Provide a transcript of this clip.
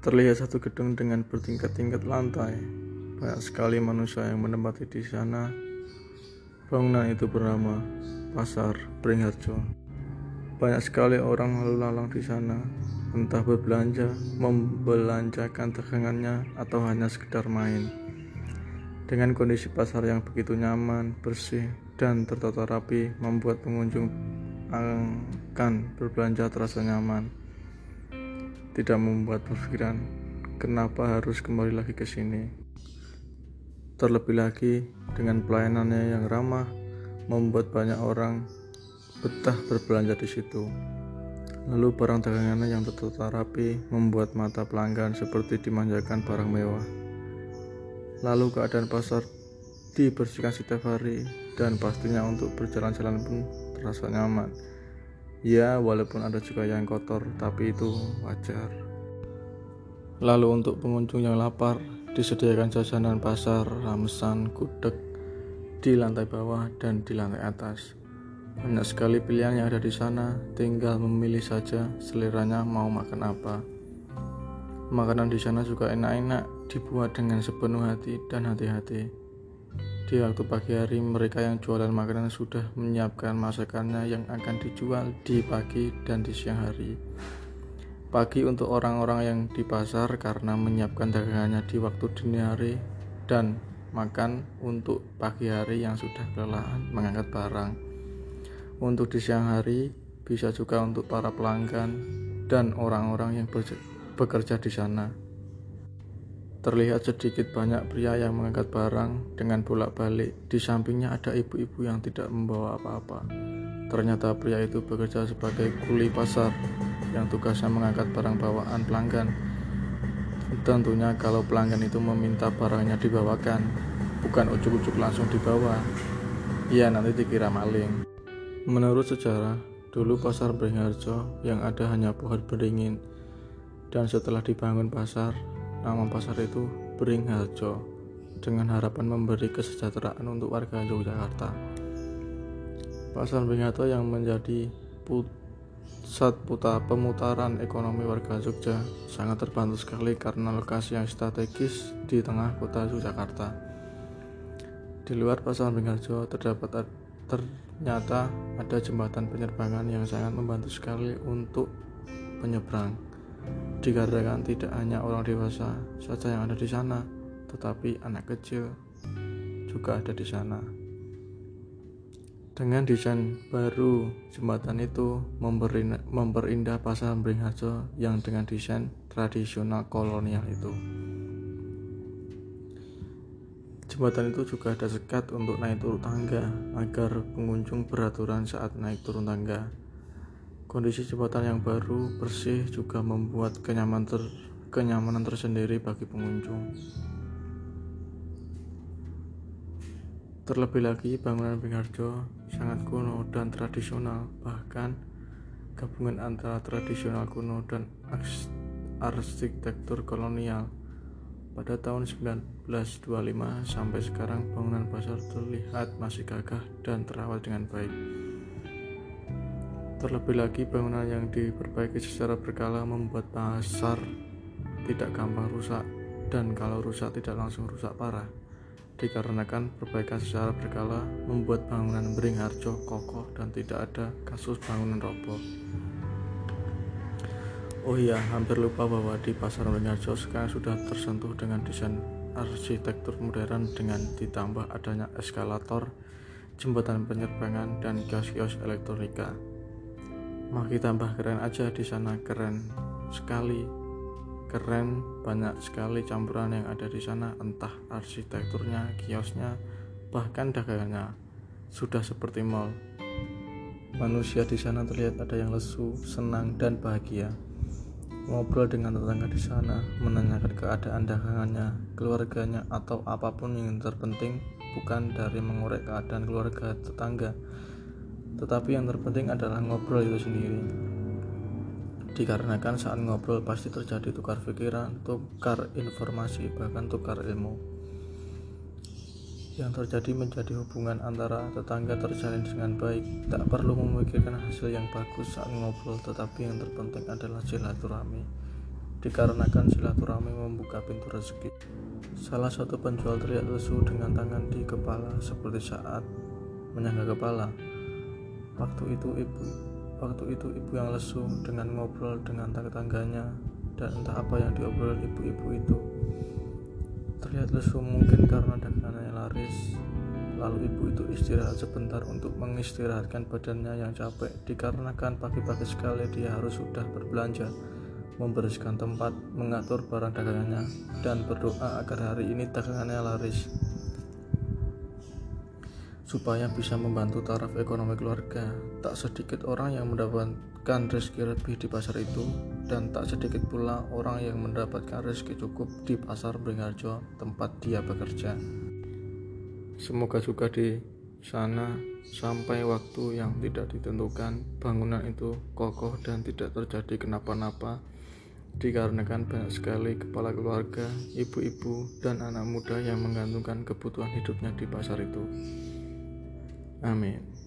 Terlihat satu gedung dengan bertingkat-tingkat lantai. Banyak sekali manusia yang menempati di sana. Bangunan itu bernama Pasar Beringharjo. Banyak sekali orang lalu lalang di sana, entah berbelanja, membelanjakan dagangannya, atau hanya sekedar main. Dengan kondisi pasar yang begitu nyaman, bersih, dan tertata rapi, membuat pengunjung akan berbelanja terasa nyaman. Tidak membuat berpikiran, kenapa harus kembali lagi ke sini. Terlebih lagi, dengan pelayanannya yang ramah, membuat banyak orang betah berbelanja di situ. Lalu barang dagangannya yang tertata rapi membuat mata pelanggan seperti dimanjakan barang mewah. Lalu keadaan pasar dibersihkan setiap hari, dan pastinya untuk berjalan-jalan pun terasa nyaman. Ya, walaupun ada juga yang kotor, tapi itu wajar. Lalu untuk pengunjung yang lapar, disediakan jajanan pasar, ramesan, gudeg di lantai bawah dan di lantai atas. Banyak sekali pilihan yang ada di sana, tinggal memilih saja seleranya mau makan apa. Makanan di sana juga enak-enak, dibuat dengan sepenuh hati dan hati-hati. Di waktu pagi hari, mereka yang jualan makanan sudah menyiapkan masakannya yang akan dijual di pagi dan di siang hari. Pagi untuk orang-orang yang di pasar karena menyiapkan dagangannya di waktu dini hari, dan makan untuk pagi hari yang sudah kelelahan mengangkat barang. Untuk di siang hari, bisa juga untuk para pelanggan dan orang-orang yang bekerja di sana. Terlihat sedikit banyak pria yang mengangkat barang dengan bolak-balik. Di sampingnya ada ibu-ibu yang tidak membawa apa-apa. Ternyata pria itu bekerja sebagai kuli pasar yang tugasnya mengangkat barang bawaan pelanggan. Tentunya kalau pelanggan itu meminta barangnya dibawakan, bukan ujuk-ujuk langsung dibawa. Ya, nanti dikira maling. Menurut sejarah, dulu pasar Beringharjo yang ada hanya pohon beringin. Dan setelah dibangun pasar, nama pasar itu Beringharjo dengan harapan memberi kesejahteraan untuk warga Yogyakarta. Pasar Beringharjo yang menjadi pusat pemutaran ekonomi warga Jogja sangat terbantu sekali karena lokasi yang strategis di tengah kota Yogyakarta. Di luar Pasar Beringharjo ternyata ada jembatan penyerbangan yang sangat membantu sekali untuk penyeberang. Dikarenakan tidak hanya orang dewasa saja yang ada di sana, tetapi anak kecil juga ada di sana. Dengan desain baru, jembatan itu memperindah Pasar Beringharjo yang dengan desain tradisional kolonial itu. Jembatan itu juga ada sekat untuk naik turun tangga agar pengunjung beraturan saat naik turun tangga. Kondisi jembatan yang baru bersih juga membuat kenyamanan tersendiri bagi pengunjung. Terlebih lagi, bangunan Beringharjo sangat kuno dan tradisional, bahkan gabungan antara tradisional kuno dan arsitektur kolonial. Pada tahun 1925 sampai sekarang, bangunan pasar terlihat masih gagah dan terawat dengan baik. Terlebih lagi, bangunan yang diperbaiki secara berkala membuat pasar tidak gampang rusak, dan kalau rusak tidak langsung rusak parah. Dikarenakan perbaikan secara berkala membuat bangunan Beringharjo kokoh dan tidak ada kasus bangunan roboh. Oh iya, hampir lupa bahwa di Pasar Beringharjo sekarang sudah tersentuh dengan desain arsitektur modern dengan ditambah adanya eskalator, jembatan penyerbangan, dan kios-kios elektronika. Makin tambah keren aja di sana, keren sekali. Keren, banyak sekali campuran yang ada di sana, entah arsitekturnya, kiosnya, bahkan dagangannya. Sudah seperti mall. Manusia di sana terlihat ada yang lesu, senang, dan bahagia. Ngobrol dengan tetangga di sana, menanyakan keadaan dagangannya, keluarganya, atau apapun yang terpenting bukan dari mengorek keadaan keluarga tetangga, tetapi yang terpenting adalah ngobrol itu sendiri. Dikarenakan saat ngobrol pasti terjadi tukar pikiran, tukar informasi, bahkan tukar ilmu. Yang terjadi menjadi hubungan antara tetangga terjalin dengan baik. Tak perlu memikirkan hasil yang bagus saat ngobrol, tetapi yang terpenting adalah silaturahmi. dikarenakan silaturahmi membuka pintu rezeki. Salah satu penjual terlihat lesu dengan tangan di kepala seperti saat menyangga kepala. Waktu itu ibu yang lesu dengan ngobrol dengan tetangganya, dan entah apa yang diobrol ibu-ibu itu. Terlihat lesu mungkin karena dagangannya laris. Lalu ibu itu istirahat sebentar untuk mengistirahatkan badannya yang capek, dikarenakan pagi-pagi sekali dia harus sudah berbelanja, membersihkan tempat, mengatur barang dagangannya, dan berdoa agar hari ini dagangannya laris, supaya bisa membantu taraf ekonomi keluarga. Tak sedikit orang yang mendapatkan rezeki lebih di pasar itu, dan tak sedikit pula orang yang mendapatkan rezeki cukup di pasar Beringharjo tempat dia bekerja. Semoga juga di sana sampai waktu yang tidak ditentukan bangunan itu kokoh dan tidak terjadi kenapa-napa, dikarenakan banyak sekali kepala keluarga, ibu-ibu, dan anak muda yang menggantungkan kebutuhan hidupnya di pasar itu. Amin.